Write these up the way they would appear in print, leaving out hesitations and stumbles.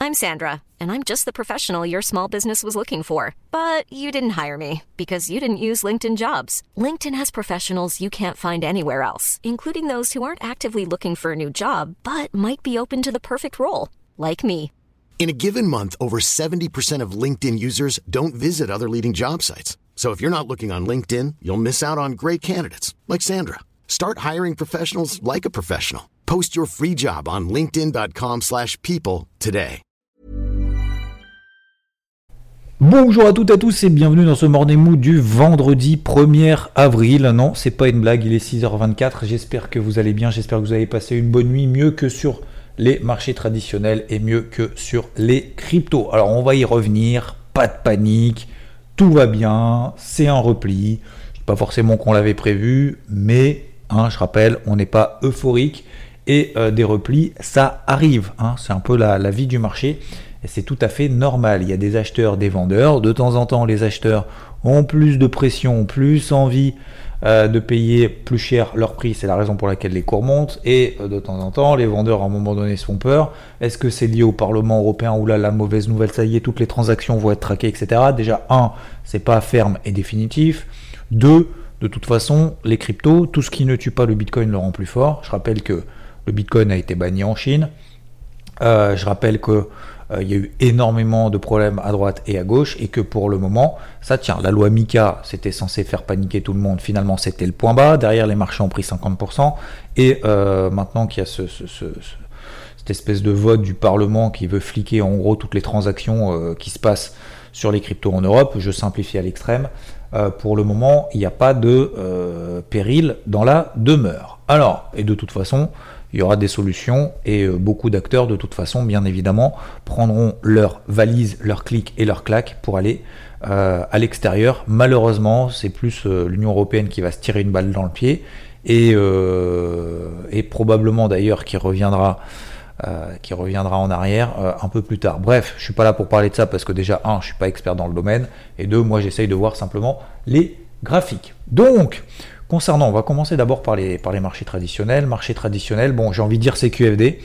I'm Sandra, and I'm just the professional your small business was looking for. But you didn't hire me because you didn't use LinkedIn Jobs. LinkedIn has professionals you can't find anywhere else, including those who aren't actively looking for a new job, but might be open to the perfect role, like me. In a given month, over 70% of LinkedIn users don't visit other leading job sites. So if you're not looking on LinkedIn, you'll miss out on great candidates like Sandra. Start hiring professionals like a professional. Post your free job on linkedin.com/people today. Bonjour à toutes et à tous et bienvenue dans ce Morning Mood du vendredi 1er avril. Non, c'est pas une blague, il est 6h24. J'espère que vous allez bien, j'espère que vous avez passé une bonne nuit, mieux que sur les marchés traditionnels et mieux que sur les cryptos. Alors on va y revenir, pas de panique, tout va bien, c'est un repli. Pas forcément qu'on l'avait prévu, mais je rappelle, on n'est pas euphorique et des replis, ça arrive. C'est un peu la vie du marché et c'est tout à fait normal. Il y a des acheteurs, des vendeurs. De temps en temps, les acheteurs ont plus de pression, ont plus envie de payer plus cher leur prix. C'est la raison pour laquelle les cours montent. Et de temps en temps, les vendeurs, à un moment donné, se font peur. Est-ce que c'est lié au Parlement européen où là, la mauvaise nouvelle, ça y est, toutes les transactions vont être traquées, etc. Déjà, c'est pas ferme et définitif. 2, de toute façon, les cryptos, tout ce qui ne tue pas le Bitcoin le rend plus fort. Je rappelle que le Bitcoin a été banni en Chine. Je rappelle que il y a eu énormément de problèmes à droite et à gauche et que pour le moment, ça tient. La loi MiCA, c'était censé faire paniquer tout le monde. Finalement, c'était le point bas. Derrière, les marchés ont pris 50%. Et maintenant qu'il y a cette espèce de vote du Parlement qui veut fliquer en gros toutes les transactions qui se passent sur les cryptos en Europe, je simplifie à l'extrême. Pour le moment, il n'y a pas de péril dans la demeure. Alors, et de toute façon, il y aura des solutions et beaucoup d'acteurs, de toute façon, bien évidemment, prendront leur valise, leur clic et leur claque pour aller à l'extérieur. Malheureusement, c'est plus l'Union européenne qui va se tirer une balle dans le pied et probablement d'ailleurs qui reviendra en arrière un peu plus tard. Bref, je suis pas là pour parler de ça parce que déjà, je suis pas expert dans le domaine et 2, moi j'essaye de voir simplement les graphiques. Donc, on va commencer d'abord par les marchés traditionnels. Marché traditionnel, bon, j'ai envie de dire CQFD.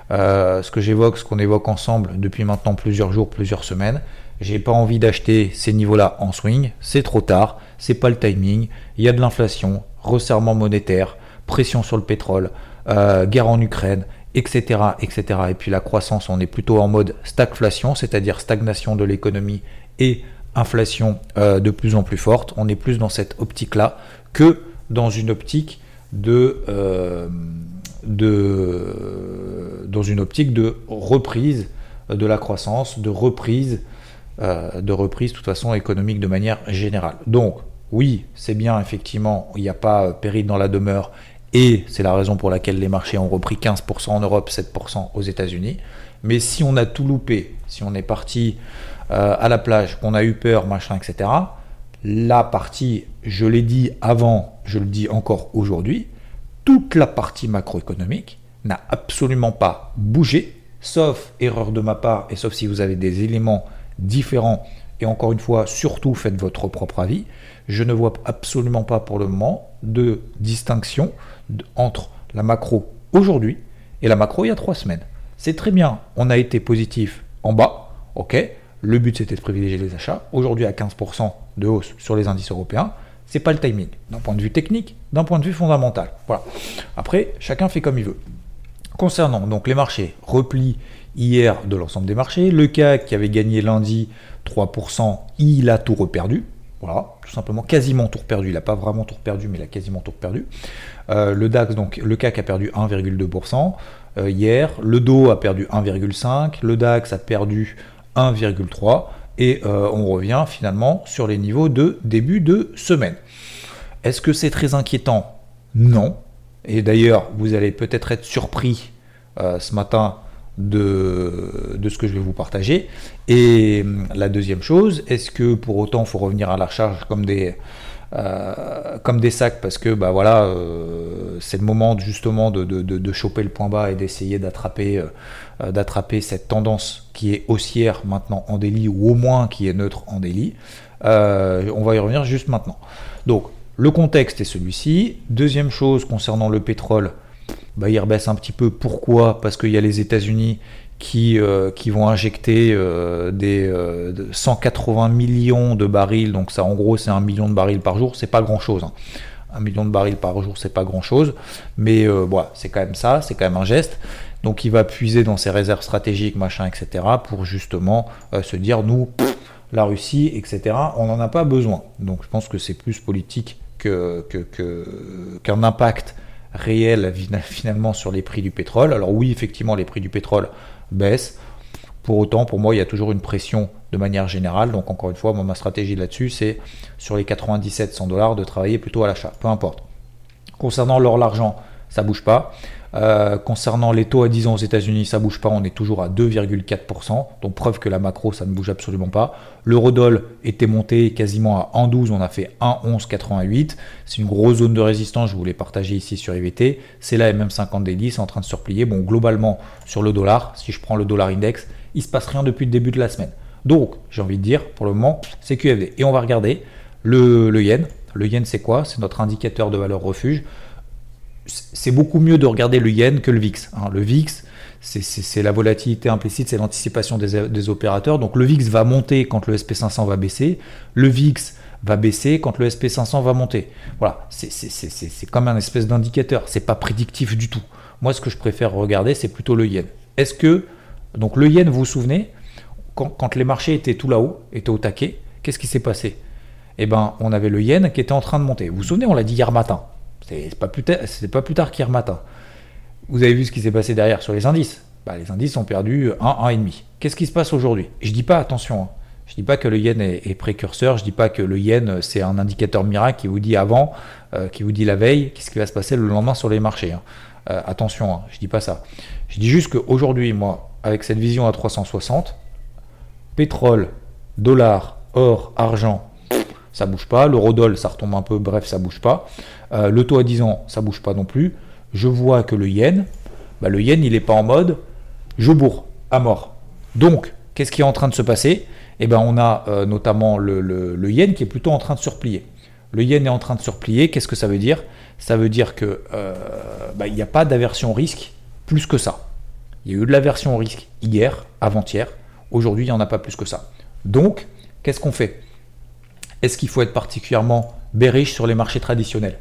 Ce qu'on évoque ensemble depuis maintenant plusieurs jours, plusieurs semaines. J'ai pas envie d'acheter ces niveaux-là en swing. C'est trop tard. C'est pas le timing. Il y a de l'inflation, resserrement monétaire, pression sur le pétrole, guerre en Ukraine, etc., etc. Et puis la croissance, on est plutôt en mode stagflation, c'est-à-dire stagnation de l'économie et inflation de plus en plus forte. On est plus dans cette optique-là que dans une optique de reprise de la croissance, de reprise de toute façon économique de manière générale. Donc oui, c'est bien, effectivement, il n'y a pas péril dans la demeure et c'est la raison pour laquelle les marchés ont repris 15% en Europe, 7% aux États-Unis. Mais si on a tout loupé, si on est parti à la plage, qu'on a eu peur, machin, etc., la partie, je l'ai dit avant, je le dis encore aujourd'hui, toute la partie macroéconomique n'a absolument pas bougé, sauf erreur de ma part et sauf si vous avez des éléments différents. Et encore une fois, surtout faites votre propre avis. Je ne vois absolument pas pour le moment de distinction entre la macro aujourd'hui et la macro il y a 3 semaines. C'est très bien, on a été positif en bas, ok. Le but c'était de privilégier les achats. Aujourd'hui à 15% de hausse sur les indices européens, c'est pas le timing. D'un point de vue technique, d'un point de vue fondamental. Voilà. Après, chacun fait comme il veut. Concernant donc les marchés, repli hier de l'ensemble des marchés. Le CAC qui avait gagné lundi 3%, il a tout reperdu. Voilà, tout simplement, quasiment tout reperdu. Il n'a pas vraiment tout reperdu, mais il a quasiment tout reperdu. Le DAX, donc le CAC a perdu 1,2% hier. Le Dow a perdu 1,5%. Le DAX a perdu 1,3%. Et on revient finalement sur les niveaux de début de semaine. Est-ce que c'est très inquiétant ? Non. Et d'ailleurs, vous allez peut-être être surpris ce matin de ce que je vais vous partager. Et la deuxième chose, est-ce que pour autant il faut revenir à la charge comme des sacs parce que c'est le moment justement de choper le point bas et d'essayer d'attraper cette tendance qui est haussière maintenant en daily ou au moins qui est neutre en daily. On va y revenir juste maintenant. Donc le contexte est celui-ci. Deuxième chose concernant le pétrole, il rebaisse un petit peu. Pourquoi ? Parce qu'il y a les États-Unis qui vont injecter 180 millions de barils, donc ça en gros c'est 1 million de barils par jour, c'est pas grand chose, hein. 1 million de barils par jour c'est pas grand chose, mais voilà, c'est quand même ça, c'est quand même un geste. Donc il va puiser dans ses réserves stratégiques, machin, etc. pour justement se dire nous, la Russie, etc., on n'en a pas besoin. Donc je pense que c'est plus politique qu'un impact réel finalement sur les prix du pétrole. Alors oui, effectivement, les prix du pétrole baissent. Pour autant, pour moi, il y a toujours une pression de manière générale. Donc encore une fois, moi, ma stratégie là-dessus, c'est sur les 97-100 $ de travailler plutôt à l'achat, peu importe. Concernant l'or, l'argent, ça bouge pas. Concernant les taux à 10 ans aux États-Unis, ça bouge pas, on est toujours à 2,4%, donc preuve que la macro ça ne bouge absolument pas. L'eurodoll était monté quasiment à 1,12, on a fait 1,1188, c'est une grosse zone de résistance, je vous l'ai partagé ici sur IVT, c'est la MM50 Daily, c'est en train de se replier. Bon, globalement sur le dollar, si je prends le dollar index, il se passe rien depuis le début de la semaine. Donc j'ai envie de dire, pour le moment, c'est QFD. Et on va regarder le yen. Le yen c'est quoi? C'est notre indicateur de valeur refuge. C'est beaucoup mieux de regarder le yen que le VIX. Le VIX, c'est la volatilité implicite, c'est l'anticipation des opérateurs. Donc le VIX va monter quand le SP500 va baisser. Le VIX va baisser quand le SP500 va monter. Voilà, c'est comme un espèce d'indicateur. C'est pas prédictif du tout. Moi, ce que je préfère regarder, c'est plutôt le yen. Est-ce que, donc le yen, vous vous souvenez, quand les marchés étaient tout là-haut, étaient au taquet, qu'est-ce qui s'est passé? Eh ben, on avait le yen qui était en train de monter. Vous vous souvenez, on l'a dit hier matin. C'était pas plus tard qu'hier matin. Vous avez vu ce qui s'est passé derrière sur les indices. Les indices ont perdu 1,5. Qu'est-ce qui se passe aujourd'hui? Je dis pas, attention, je dis pas que le yen est précurseur, je dis pas que le yen c'est un indicateur miracle qui vous dit avant, qui vous dit la veille, qu'est-ce qui va se passer le lendemain sur les marchés. Attention, je dis pas ça. Je dis juste qu'aujourd'hui, moi, avec cette vision à 360, pétrole, dollar, or, argent, ça bouge pas. L'eurodoll, ça retombe un peu, bref, ça bouge pas. Le taux à 10 ans, ça bouge pas non plus. Je vois que le yen, il n'est pas en mode je bourre à mort. Donc, qu'est-ce qui est en train de se passer? On a notamment le yen qui est plutôt en train de se replier. Le yen est en train de se replier. Qu'est-ce que ça veut dire? Ça veut dire que il n'y a pas d'aversion au risque plus que ça. Il y a eu de l'aversion au risque hier, avant-hier. Aujourd'hui, il n'y en a pas plus que ça. Donc, qu'est-ce qu'on fait? Est-ce qu'il faut être particulièrement bearish sur les marchés traditionnels?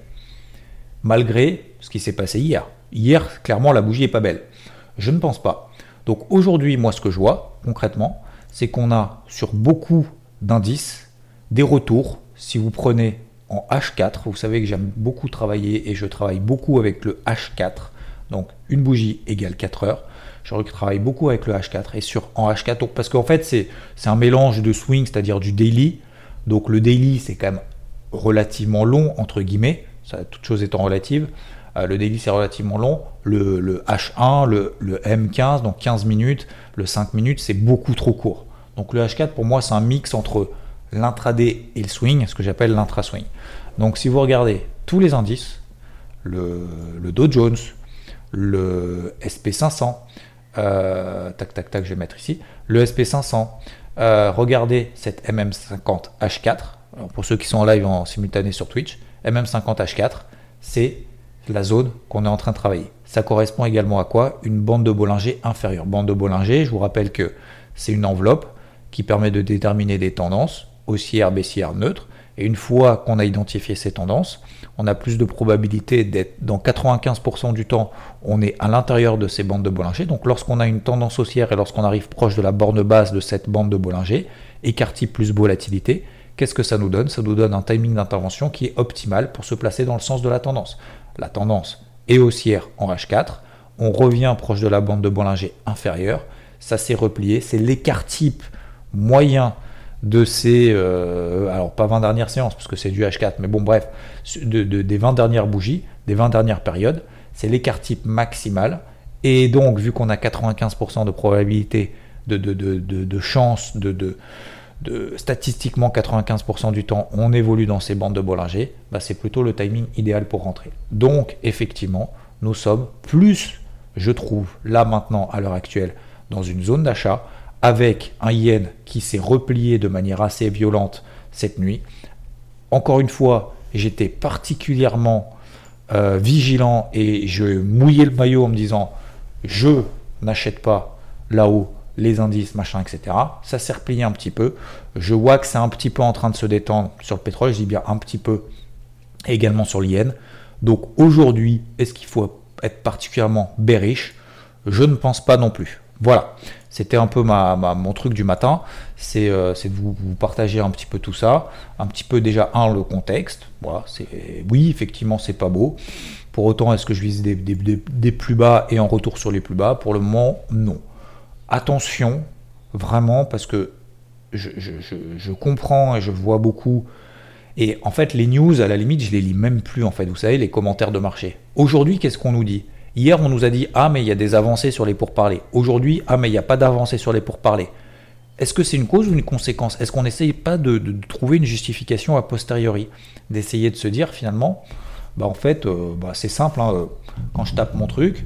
Malgré ce qui s'est passé hier. Hier, clairement, la bougie n'est pas belle. Je ne pense pas. Donc aujourd'hui, moi, ce que je vois, concrètement, c'est qu'on a sur beaucoup d'indices des retours. Si vous prenez en H4, vous savez que j'aime beaucoup travailler et je travaille beaucoup avec le H4. Donc une bougie égale 4 heures. Je travaille beaucoup avec le H4 et en H4, parce qu'en fait, c'est un mélange de swing, c'est-à-dire du daily. Donc le daily, c'est quand même relativement long, entre guillemets, ça, toute chose étant relative. Le daily, c'est relativement long. Le H1, le M15, donc 15 minutes, le 5 minutes, c'est beaucoup trop court. Donc le H4, pour moi, c'est un mix entre l'intraday et le swing, ce que j'appelle l'intra-swing. Donc si vous regardez tous les indices, le Dow Jones, le SP500, je vais mettre ici, le SP500, regardez cette MM50 H4. Alors pour ceux qui sont en live en simultané sur Twitch, MM50 H4, c'est la zone qu'on est en train de travailler. Ça correspond également à quoi? Une bande de Bollinger inférieure. Bande de Bollinger, je vous rappelle que c'est une enveloppe qui permet de déterminer des tendances haussières, baissières, neutres. Et une fois qu'on a identifié ces tendances, on a plus de probabilité d'être dans 95% du temps, on est à l'intérieur de ces bandes de Bollinger. Donc lorsqu'on a une tendance haussière et lorsqu'on arrive proche de la borne basse de cette bande de Bollinger, écart type plus volatilité, qu'est-ce que ça nous donne? Ça nous donne un timing d'intervention qui est optimal pour se placer dans le sens de la tendance. La tendance est haussière en H4, on revient proche de la bande de Bollinger inférieure, ça s'est replié, c'est l'écart type moyen de ces, alors pas 20 dernières séances parce que c'est du H4, mais bon bref, des 20 dernières bougies, des 20 dernières périodes, c'est l'écart type maximal. Et donc vu qu'on a 95% de probabilité de chance, statistiquement 95% du temps on évolue dans ces bandes de Bollinger, c'est plutôt le timing idéal pour rentrer. Donc effectivement nous sommes plus, je trouve, là maintenant à l'heure actuelle dans une zone d'achat avec un yen qui s'est replié de manière assez violente cette nuit. Encore une fois, j'étais particulièrement vigilant et je mouillais le maillot en me disant je n'achète pas là-haut, les indices, machin, etc. Ça s'est replié un petit peu. Je vois que c'est un petit peu en train de se détendre sur le pétrole, je dis bien un petit peu, également sur l'IN. Donc aujourd'hui, est-ce qu'il faut être particulièrement bearish? Je ne pense pas non plus. Voilà, c'était un peu mon truc du matin, c'est de vous partager un petit peu tout ça, un petit peu déjà le contexte. Voilà, oui, effectivement, c'est pas beau. Pour autant, est-ce que je vise des plus bas et en retour sur les plus bas? Pour le moment, non. Attention, vraiment, parce que je comprends et je vois beaucoup. Et en fait, les news, à la limite, je les lis même plus, en fait. Vous savez, les commentaires de marché. Aujourd'hui, qu'est-ce qu'on nous dit? Hier, on nous a dit « Ah, mais il y a des avancées sur les pourparlers ». Aujourd'hui, « Ah, mais il n'y a pas d'avancées sur les pourparlers ». Est-ce que c'est une cause ou une conséquence? Est-ce qu'on n'essaye pas de trouver une justification a posteriori? D'essayer de se dire, finalement, en fait, c'est simple, hein, quand je tape mon truc,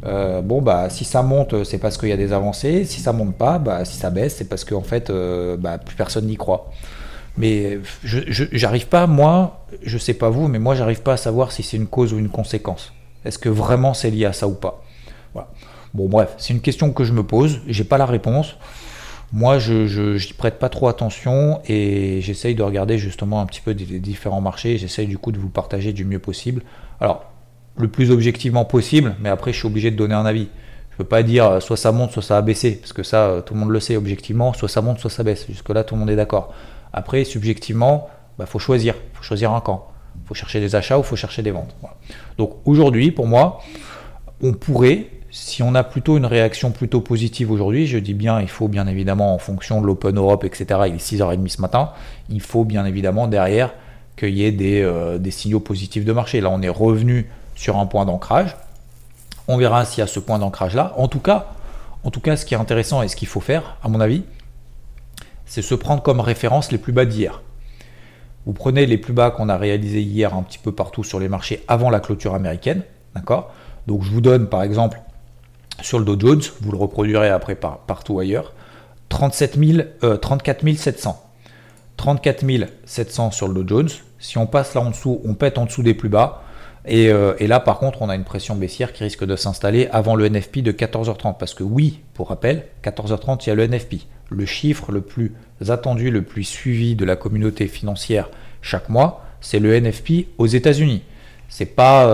si ça monte, c'est parce qu'il y a des avancées. Si ça monte pas, si ça baisse, c'est parce qu'en fait, plus personne n'y croit. Mais j'arrive pas, moi, je sais pas vous, mais moi, j'arrive pas à savoir si c'est une cause ou une conséquence. Est-ce que vraiment c'est lié à ça ou pas? Voilà. Bon, bref, c'est une question que je me pose. J'ai pas la réponse. Moi, je n'y prête pas trop attention et j'essaye de regarder justement un petit peu des différents marchés. J'essaye du coup de vous partager du mieux possible. Alors, le plus objectivement possible, mais après, je suis obligé de donner un avis. Je peux pas dire soit ça monte, soit ça a baissé, parce que ça, tout le monde le sait objectivement, soit ça monte, soit ça baisse. Jusque-là, tout le monde est d'accord. Après, subjectivement, faut choisir. Faut choisir un camp. Il faut chercher des achats ou il faut chercher des ventes. Voilà. Donc aujourd'hui, pour moi, on pourrait, si on a plutôt une réaction plutôt positive aujourd'hui, je dis bien, il faut bien évidemment, en fonction de l'Open Europe, etc., il est 6h30 ce matin, il faut bien évidemment derrière qu'il y ait des signaux positifs de marché. Là, on est revenu sur un point d'ancrage. On verra s'il y a ce point d'ancrage-là. En tout cas, ce qui est intéressant et ce qu'il faut faire, à mon avis, c'est se prendre comme référence les plus bas d'hier. Vous prenez les plus bas qu'on a réalisés hier un petit peu partout sur les marchés avant la clôture américaine, d'accord? Donc je vous donne par exemple sur le Dow Jones, vous le reproduirez après partout ailleurs, 34 700. 34 700 sur le Dow Jones. Si on passe là en dessous, on pète en dessous des plus bas. Et là par contre, on a une pression baissière qui risque de s'installer avant le NFP de 14h30. Parce que oui, pour rappel, 14h30, il y a le NFP. Le chiffre le plus attendu, le plus suivi de la communauté financière chaque mois, c'est le NFP aux États-Unis. C'est pas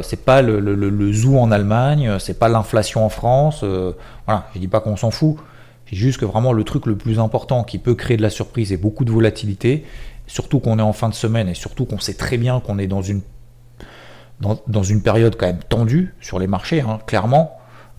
le zoo en Allemagne, c'est pas l'inflation en France. Voilà, je dis pas qu'on s'en fout. C'est juste que vraiment le truc le plus important qui peut créer de la surprise et beaucoup de volatilité, surtout qu'on est en fin de semaine et surtout qu'on sait très bien qu'on est dans une période quand même tendue sur les marchés, hein, clairement.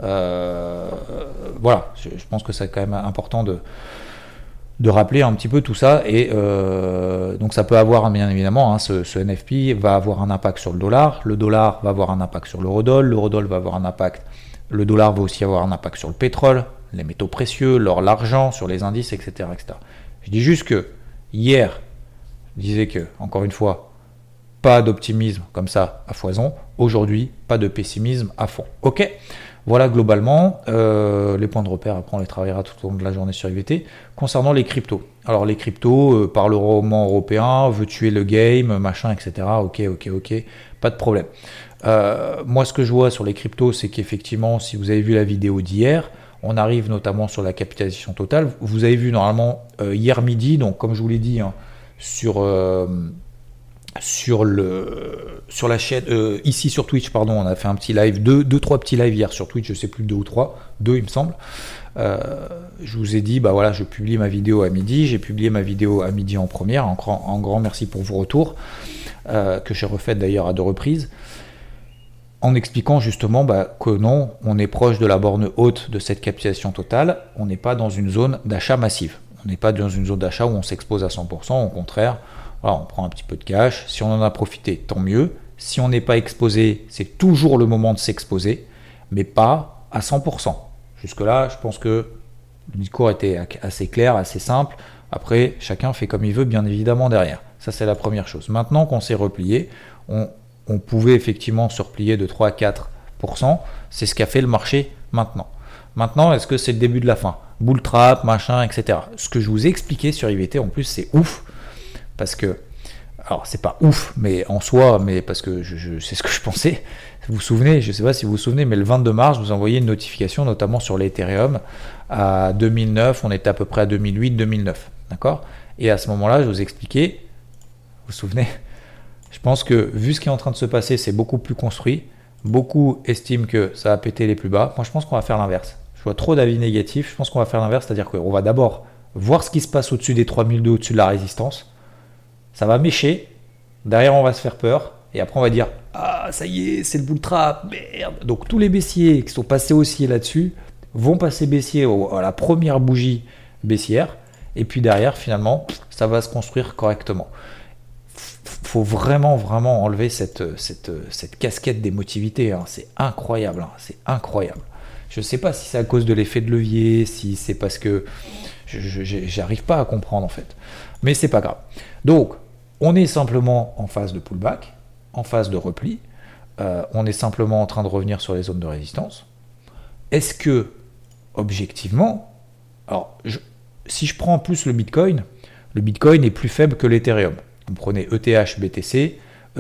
Voilà, je pense que c'est quand même important de rappeler un petit peu tout ça. Et donc ça peut avoir, bien évidemment, hein, ce NFP va avoir un impact sur le dollar va avoir un impact sur l'eurodoll va avoir un impact, le dollar va aussi avoir un impact sur le pétrole, les métaux précieux, l'or, l'argent, sur les indices, etc., etc. Je dis juste que hier, je disais que, encore une fois, pas d'optimisme comme ça à foison. Aujourd'hui, pas de pessimisme à fond. Ok, voilà globalement les points de repère. Après, on les travaillera tout au long de la journée sur IVT. Concernant les cryptos. Alors, les cryptos, par le roman européen, veut tuer le game, machin, etc. Ok, pas de problème. Moi, ce que je vois sur les cryptos, c'est qu'effectivement, si vous avez vu la vidéo d'hier, on arrive notamment sur la capitalisation totale. Vous avez vu normalement hier midi, donc comme je vous l'ai dit, hein, sur la chaîne ici sur Twitch, pardon, on a fait un petit live, trois petits lives hier sur Twitch, je sais plus 2 ou 3, 2 il me semble. Je vous ai dit, voilà, je publie ma vidéo à midi, j'ai publié ma vidéo à midi en première, en grand merci pour vos retours, que j'ai refait d'ailleurs à 2 reprises, en expliquant justement que non, on est proche de la borne haute de cette capitalisation totale, on n'est pas dans une zone d'achat massive, on n'est pas dans une zone d'achat où on s'expose à 100%, au contraire. Voilà, on prend un petit peu de cash, si on en a profité, tant mieux. Si on n'est pas exposé, c'est toujours le moment de s'exposer, mais pas à 100%. Jusque-là, je pense que le discours était assez clair, assez simple. Après, chacun fait comme il veut, bien évidemment, derrière. Ça, c'est la première chose. Maintenant qu'on s'est replié, on pouvait effectivement se replier de 3 à 4%. C'est ce qu'a fait le marché maintenant. Maintenant, est-ce que c'est le début de la fin? Bull trap, machin, etc. Ce que je vous ai expliqué sur IVT, en plus, c'est ouf. Parce que, alors c'est pas ouf, mais en soi, mais parce que c'est ce que je pensais, Vous vous souvenez, je ne sais pas si vous vous souvenez, mais le 22 mars, je vous envoyais une notification, notamment sur l'Ethereum, à 2009, on était à peu près à 2008-2009, d'accord? Et à ce moment-là, je vous expliquais, vous vous souvenez, je pense que vu ce qui est en train de se passer, c'est beaucoup plus construit. Beaucoup estiment que ça va péter les plus bas. Moi, je pense qu'on va faire l'inverse. Je vois trop d'avis négatifs. Je pense qu'on va faire l'inverse, c'est-à-dire qu'on va d'abord voir ce qui se passe au-dessus des 3002, au-dessus de la résistance. Ça va mécher. Derrière, on va se faire peur. Et après, on va dire « Ah, ça y est, c'est le bull trap, merde !» Donc, tous les baissiers qui sont passés haussiers là-dessus vont passer baissier à la première bougie baissière. Et puis derrière, finalement, ça va se construire correctement. Faut vraiment enlever cette casquette d'émotivité. Hein. C'est incroyable. Hein. C'est incroyable. Je ne sais pas si c'est à cause de l'effet de levier, si c'est parce que j'arrive pas à comprendre en fait. Mais c'est pas grave. Donc, on est simplement en phase de pullback, en phase de repli. On est simplement en train de revenir sur les zones de résistance. Est-ce que, objectivement, alors, si je prends en plus le Bitcoin est plus faible que l'Ethereum. Vous prenez ETH BTC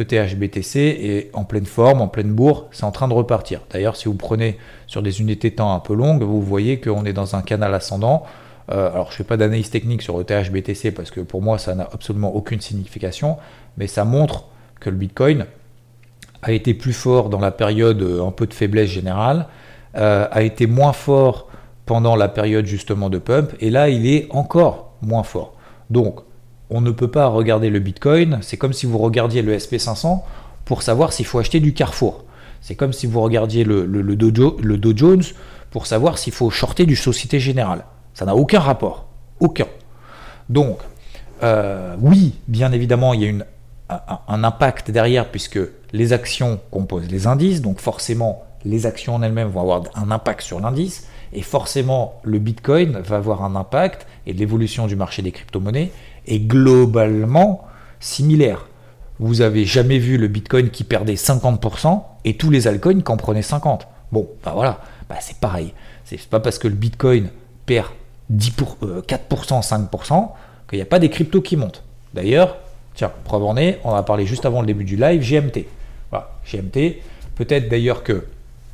est en pleine forme, en pleine bourre, c'est en train de repartir. D'ailleurs, si vous prenez sur des unités de temps un peu longues, vous voyez qu'on est dans un canal ascendant. Alors, je ne fais pas d'analyse technique sur ETH BTC parce que pour moi, ça n'a absolument aucune signification, mais ça montre que le Bitcoin a été plus fort dans la période un peu de faiblesse générale, a été moins fort pendant la période justement de pump, et là, il est encore moins fort. Donc, on ne peut pas regarder le Bitcoin, c'est comme si vous regardiez le SP500 pour savoir s'il faut acheter du Carrefour. C'est comme si vous regardiez le Dow Jones pour savoir s'il faut shorter du Société Générale. Ça n'a aucun rapport. Aucun. Donc, oui, bien évidemment, il y a un impact derrière puisque les actions composent les indices, donc forcément, les actions en elles-mêmes vont avoir un impact sur l'indice, et forcément, le Bitcoin va avoir un impact, et l'évolution du marché des crypto-monnaies est globalement similaire. Vous avez jamais vu le Bitcoin qui perdait 50% et tous les altcoins qui en prenaient 50%. Bon, bah voilà, bah c'est pareil. C'est pas parce que le Bitcoin perd 4%, 5% qu'il n'y a pas des cryptos qui montent. D'ailleurs, tiens, preuve en est, on en a parlé juste avant le début du live, GMT. Voilà, GMT, peut-être d'ailleurs que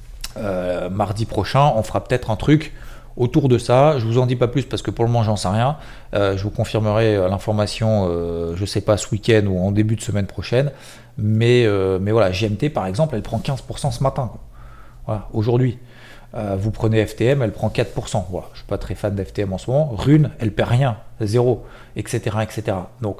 mardi prochain, on fera peut-être un truc autour de ça. Je vous en dis pas plus parce que pour le moment, j'en sais rien. Je vous confirmerai l'information, je sais pas, ce week-end ou en début de semaine prochaine. Mais voilà, GMT par exemple, elle prend 15% ce matin. Voilà, aujourd'hui. Vous prenez FTM, elle prend 4%. Voilà, je suis pas très fan d'FTM en ce moment. Rune, elle perd rien, 0, etc., etc. Donc,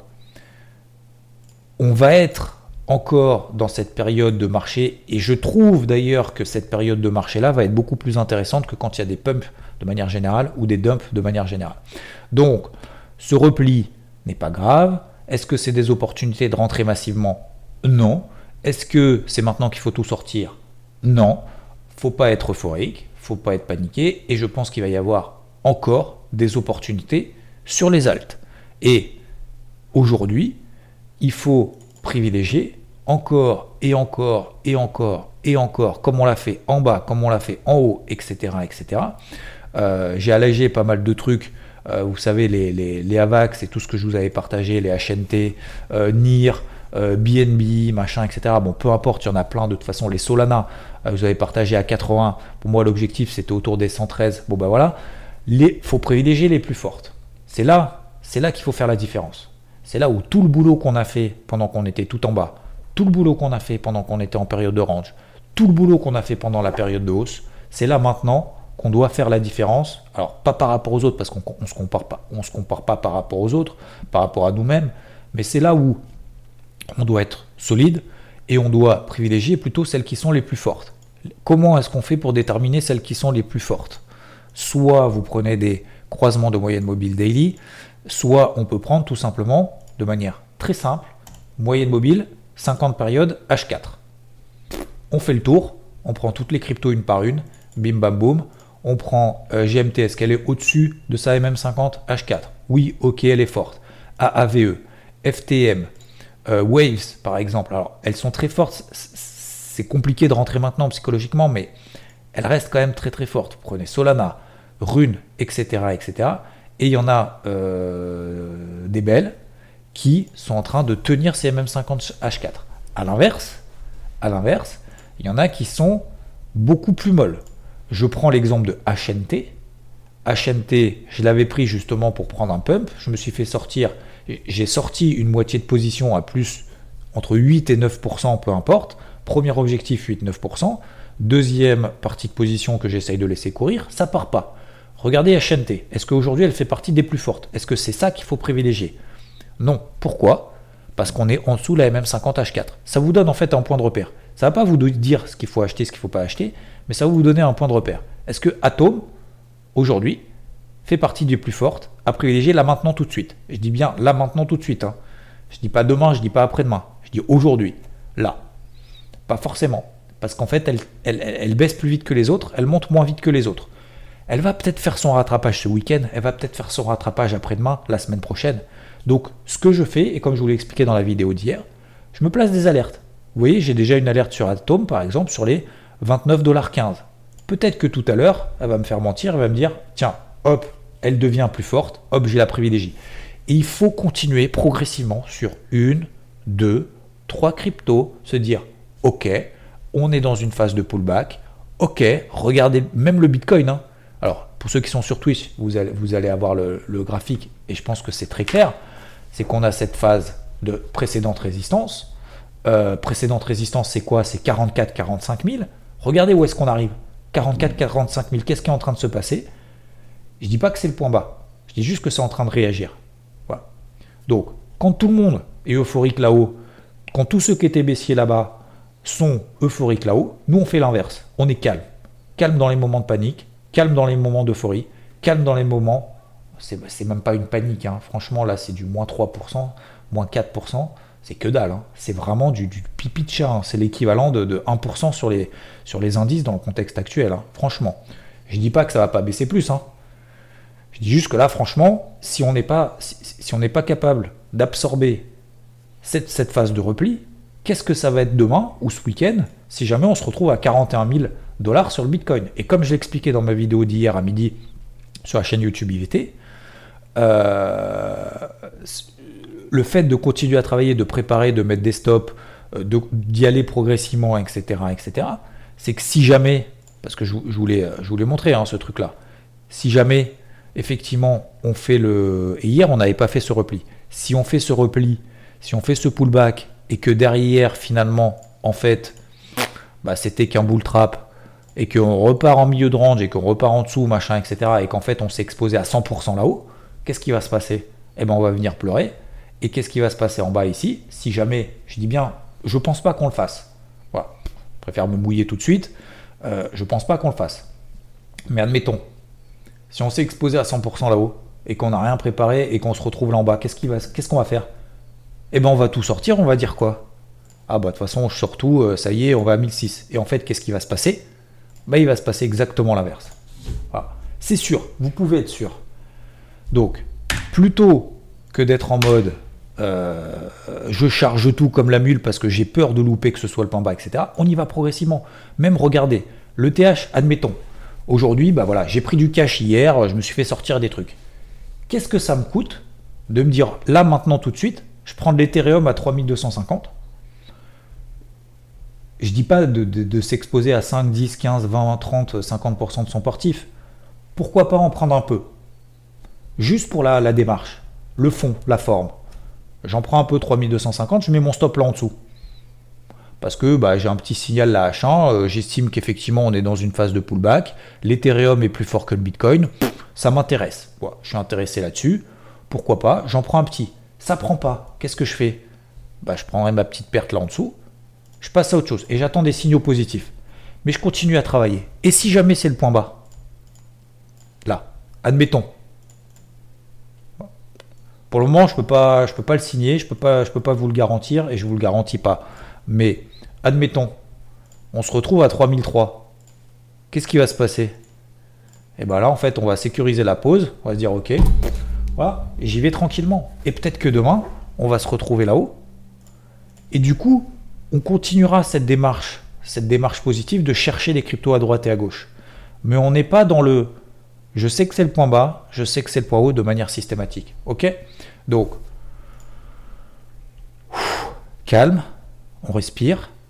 on va être encore dans cette période de marché, et je trouve d'ailleurs que cette période de marché-là va être beaucoup plus intéressante que quand il y a des pumps de manière générale ou des dumps de manière générale. Donc, ce repli n'est pas grave. Est-ce que c'est des opportunités de rentrer massivement? Non. Est-ce que c'est maintenant qu'il faut tout sortir? Non. Faut pas être euphorique, faut pas être paniqué, et je pense qu'il va y avoir encore des opportunités sur les alts. Et aujourd'hui, il faut privilégier encore et encore et encore et encore, comme on l'a fait en bas, comme on l'a fait en haut, etc. etc. J'ai allégé pas mal de trucs, vous savez, les AVAX et tout ce que je vous avais partagé, les HNT, NIR, BNB, machin, etc. Bon, peu importe, il y en a plein. De toute façon, les Solana, vous avez partagé à 80. Pour moi, l'objectif, c'était autour des 113. Bon, ben voilà. Faut privilégier les plus fortes. C'est là qu'il faut faire la différence. C'est là où tout le boulot qu'on a fait pendant qu'on était tout en bas, tout le boulot qu'on a fait pendant qu'on était en période de range, tout le boulot qu'on a fait pendant la période de hausse, c'est là maintenant qu'on doit faire la différence. Alors, pas par rapport aux autres, parce qu'on ne se compare pas par rapport aux autres, par rapport à nous-mêmes, mais c'est là où on doit être solide et on doit privilégier plutôt celles qui sont les plus fortes. Comment est-ce qu'on fait pour déterminer celles qui sont les plus fortes? Soit vous prenez des croisements de moyenne mobile daily, soit on peut prendre tout simplement, de manière très simple, moyenne mobile, 50 périodes, H4. On fait le tour, on prend toutes les cryptos une par une, bim bam boum, on prend GMT, est-ce qu'elle est au-dessus de sa MM50, H4? Oui, ok, elle est forte. AAVE, FTM, Waves par exemple, alors elles sont très fortes, c'est compliqué de rentrer maintenant psychologiquement, mais elles restent quand même très très fortes. Vous prenez Solana, Rune, etc. etc. Et il y en a des belles qui sont en train de tenir ces MM50 H4. À l'inverse, Il y en a qui sont beaucoup plus molles. Je prends l'exemple de HNT. HNT, je l'avais pris justement pour prendre un pump. Je me suis fait sortir, j'ai sorti une moitié de position à plus entre 8 et 9%, peu importe. Premier objectif, 8-9%. Deuxième partie de position que j'essaye de laisser courir, ça part pas. Regardez HNT. Est-ce qu'aujourd'hui, elle fait partie des plus fortes? Est-ce que c'est ça qu'il faut privilégier? Non. Pourquoi? Parce qu'on est en dessous de la MM50H4. Ça vous donne en fait un point de repère. Ça ne va pas vous dire ce qu'il faut acheter, ce qu'il ne faut pas acheter, mais ça va vous donner un point de repère. Est-ce que Atom, aujourd'hui, fait partie des plus fortes à privilégier là maintenant tout de suite? Je dis bien là maintenant tout de suite. Hein. Je ne dis pas demain, je ne dis pas après-demain. Je dis aujourd'hui, là. Pas forcément. Parce qu'en fait, elle baisse plus vite que les autres, elle monte moins vite que les autres. Elle va peut-être faire son rattrapage ce week-end, elle va peut-être faire son rattrapage après-demain, la semaine prochaine. Donc, ce que je fais, et comme je vous l'ai expliqué dans la vidéo d'hier, je me place des alertes. Vous voyez, j'ai déjà une alerte sur Atom, par exemple, sur les 29,15 $. Peut-être que tout à l'heure, elle va me faire mentir, elle va me dire, tiens, hop, elle devient plus forte, hop, j'ai la privilégie. Et il faut continuer progressivement sur 1, 2, 3 cryptos, se dire, ok, on est dans une phase de pullback, ok, regardez même le Bitcoin. Hein. Alors, pour ceux qui sont sur Twitch, vous allez avoir le graphique, et je pense que c'est très clair, c'est qu'on a cette phase de précédente résistance. Précédente résistance, c'est quoi? C'est 44-45 000. Regardez où est-ce qu'on arrive. 44-45 000, qu'est-ce qui est en train de se passer? Je ne dis pas que c'est le point bas, je dis juste que c'est en train de réagir. Voilà. Donc, quand tout le monde est euphorique là-haut, quand tous ceux qui étaient baissiers là-bas sont euphoriques là-haut, nous on fait l'inverse. On est calme. Calme dans les moments de panique, calme dans les moments d'euphorie, calme dans les moments, c'est même pas une panique, hein. Franchement là c'est du moins 3%, moins 4%, c'est que dalle, hein. C'est vraiment du pipi de chat, hein. C'est l'équivalent de 1% sur les indices dans le contexte actuel, hein. Franchement. Je dis pas que ça va pas baisser plus, hein. Je dis juste que là franchement, si on n'est pas capable d'absorber cette phase de repli, qu'est-ce que ça va être demain ou ce week-end si jamais on se retrouve à 41 000 $ sur le Bitcoin? Et comme je l'expliquais dans ma vidéo d'hier à midi sur la chaîne YouTube IVT, le fait de continuer à travailler, de préparer, de mettre des stops, d'y aller progressivement, etc., c'est que si jamais, parce que je vous l'ai montré, hein, ce truc-là, si jamais effectivement on fait et hier on n'avait pas fait ce repli, si on fait ce repli, si on fait ce pullback, et que derrière, finalement, en fait, c'était qu'un bull trap, et qu'on repart en milieu de range, et qu'on repart en dessous, machin, etc., et qu'en fait, on s'est exposé à 100% là-haut, qu'est-ce qui va se passer? Eh bien, on va venir pleurer. Et qu'est-ce qui va se passer en bas ici? Si jamais, je dis bien, je ne pense pas qu'on le fasse. Voilà. Je préfère me mouiller tout de suite. Je ne pense pas qu'on le fasse. Mais admettons, si on s'est exposé à 100% là-haut, et qu'on n'a rien préparé, et qu'on se retrouve là en bas, qu'est-ce qu'on va faire? Eh ben on va tout sortir, on va dire quoi? Ah bah de toute façon je sors tout, ça y est, on va à 1006. Et en fait, qu'est-ce qui va se passer? Il va se passer exactement l'inverse. Voilà. C'est sûr, vous pouvez être sûr. Donc, plutôt que d'être en mode je charge tout comme la mule parce que j'ai peur de louper que ce soit le point bas, etc., on y va progressivement. Même regardez, le TH, admettons, aujourd'hui, voilà, j'ai pris du cash hier, je me suis fait sortir des trucs. Qu'est-ce que ça me coûte de me dire là maintenant tout de suite, je prends de l'Ethereum à 3250. Je dis pas de s'exposer à 5, 10, 15, 20, 30, 50% de son portif. Pourquoi pas en prendre un peu? Juste pour la démarche, le fond, la forme. J'en prends un peu 3250, je mets mon stop là en dessous. Parce que j'ai un petit signal là H1, j'estime qu'effectivement on est dans une phase de pullback. L'Ethereum est plus fort que le Bitcoin, ça m'intéresse. Voilà, je suis intéressé là-dessus. Pourquoi pas? J'en prends un petit. Ça prend pas. Qu'est-ce que je fais? Je prendrai ma petite perte là en dessous. Je passe à autre chose et j'attends des signaux positifs. Mais je continue à travailler. Et si jamais c'est le point bas? Là, admettons. Pour le moment, je peux pas le signer, je peux pas vous le garantir et je vous le garantis pas. Mais admettons, on se retrouve à 3003. Qu'est-ce qui va se passer? Et là, en fait, on va sécuriser la pause. On va se dire ok. Voilà, et j'y vais tranquillement. Et peut-être que demain, on va se retrouver là-haut. Et du coup, on continuera cette démarche positive de chercher les cryptos à droite et à gauche. Mais on n'est pas dans le je sais que c'est le point bas, je sais que c'est le point haut de manière systématique. Ok? Donc, calme, on respire.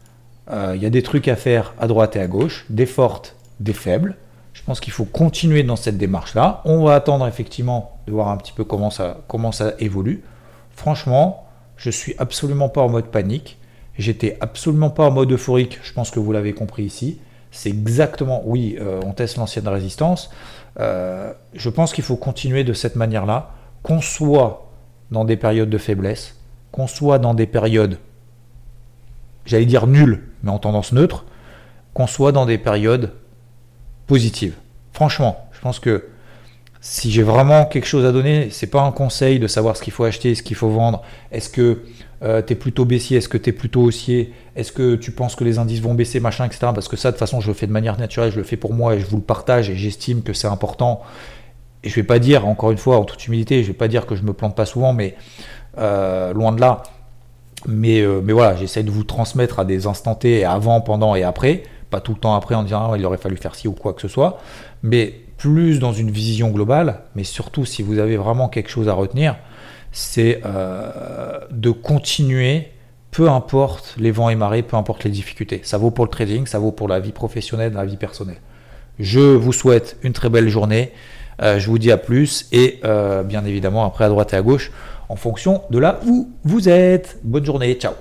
Il y a des trucs à faire à droite et à gauche, des fortes, des faibles. Je pense qu'il faut continuer dans cette démarche-là. On va attendre effectivement de voir un petit peu comment ça évolue. Franchement, je suis absolument pas en mode panique. J'étais absolument pas en mode euphorique. Je pense que vous l'avez compris ici. C'est exactement, on teste l'ancienne résistance. Je pense qu'il faut continuer de cette manière-là, qu'on soit dans des périodes de faiblesse, qu'on soit dans des périodes, j'allais dire nulles, mais en tendance neutre, qu'on soit dans des périodes positives. Franchement, je pense que si j'ai vraiment quelque chose à donner, c'est pas un conseil de savoir ce qu'il faut acheter, ce qu'il faut vendre. Est-ce que tu es plutôt baissier, est-ce que tu es plutôt haussier, est-ce que tu penses que les indices vont baisser, machin, etc. Parce que ça, de toute façon, je le fais de manière naturelle, je le fais pour moi et je vous le partage et j'estime que c'est important. Et je vais pas dire, encore une fois, en toute humilité, je vais pas dire que je me plante pas souvent, mais loin de là. Mais voilà, j'essaie de vous transmettre à des instants T, avant, pendant et après. Pas tout le temps après en disant il aurait fallu faire ci ou quoi que ce soit. Mais plus dans une vision globale, mais surtout si vous avez vraiment quelque chose à retenir, c'est de continuer, peu importe les vents et marées, peu importe les difficultés. Ça vaut pour le trading, ça vaut pour la vie professionnelle, la vie personnelle. Je vous souhaite une très belle journée. Je vous dis à plus et bien évidemment après à droite et à gauche en fonction de là où vous êtes. Bonne journée, ciao.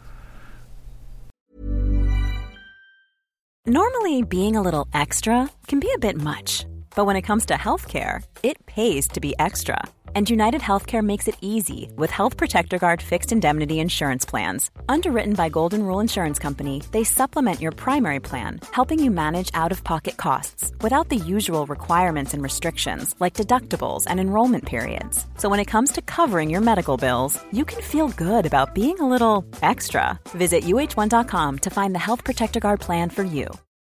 Normally, being a little extra can be a bit much, but when it comes to healthcare, it pays to be extra. And United Healthcare makes it easy with Health Protector Guard fixed indemnity insurance plans. Underwritten by Golden Rule Insurance Company, they supplement your primary plan, helping you manage out-of-pocket costs without the usual requirements and restrictions like deductibles and enrollment periods. So when it comes to covering your medical bills, you can feel good about being a little extra. Visit uh1.com to find the Health Protector Guard plan for you.